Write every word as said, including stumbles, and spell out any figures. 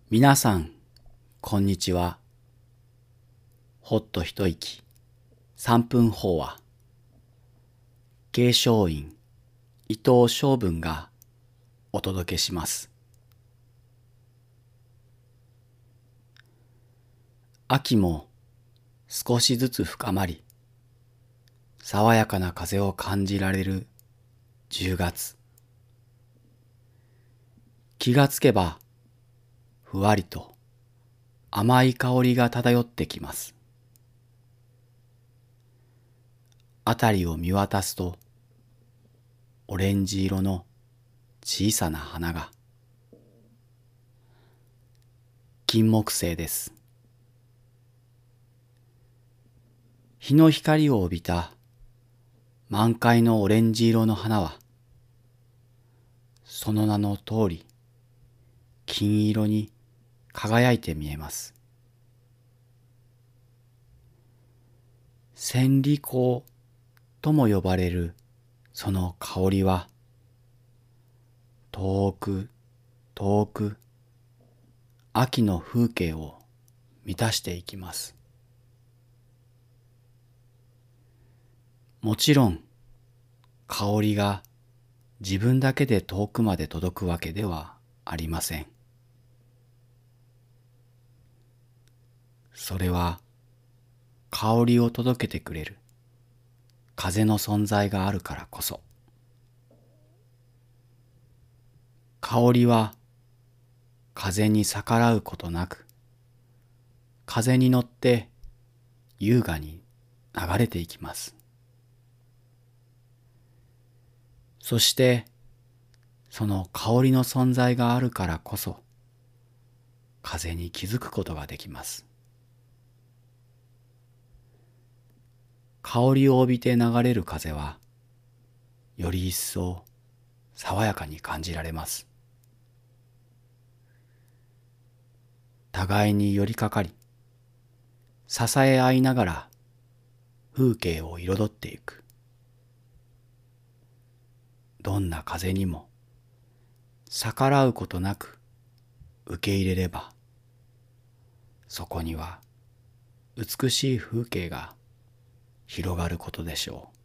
皆さん、こんにちは。ほっと一息、三分法話。継承院、伊藤昌文がお届けします。秋も少しずつ深まり、爽やかな風を感じられるじゅうがつ。気がつけば、ふわりと甘い香りが漂ってきます。あたりを見渡すと、オレンジ色の小さな花が、金木犀です。日の光を帯びた満開のオレンジ色の花は、その名の通り、金色に輝いて見えます。千里香とも呼ばれるその香りは、遠く遠く秋の風景を満たしていきます。もちろん香りが自分だけで遠くまで届くわけではありません。それは香りを届けてくれる風の存在があるからこそ。香りは風に逆らうことなく、風に乗って優雅に流れていきます。そしてその香りの存在があるからこそ、風に気づくことができます。香りを帯びて流れる風は、より一層爽やかに感じられます。互いに寄りかかり、支え合いながら風景を彩っていく。どんな風にも逆らうことなく受け入れれば、そこには美しい風景が広がることでしょう。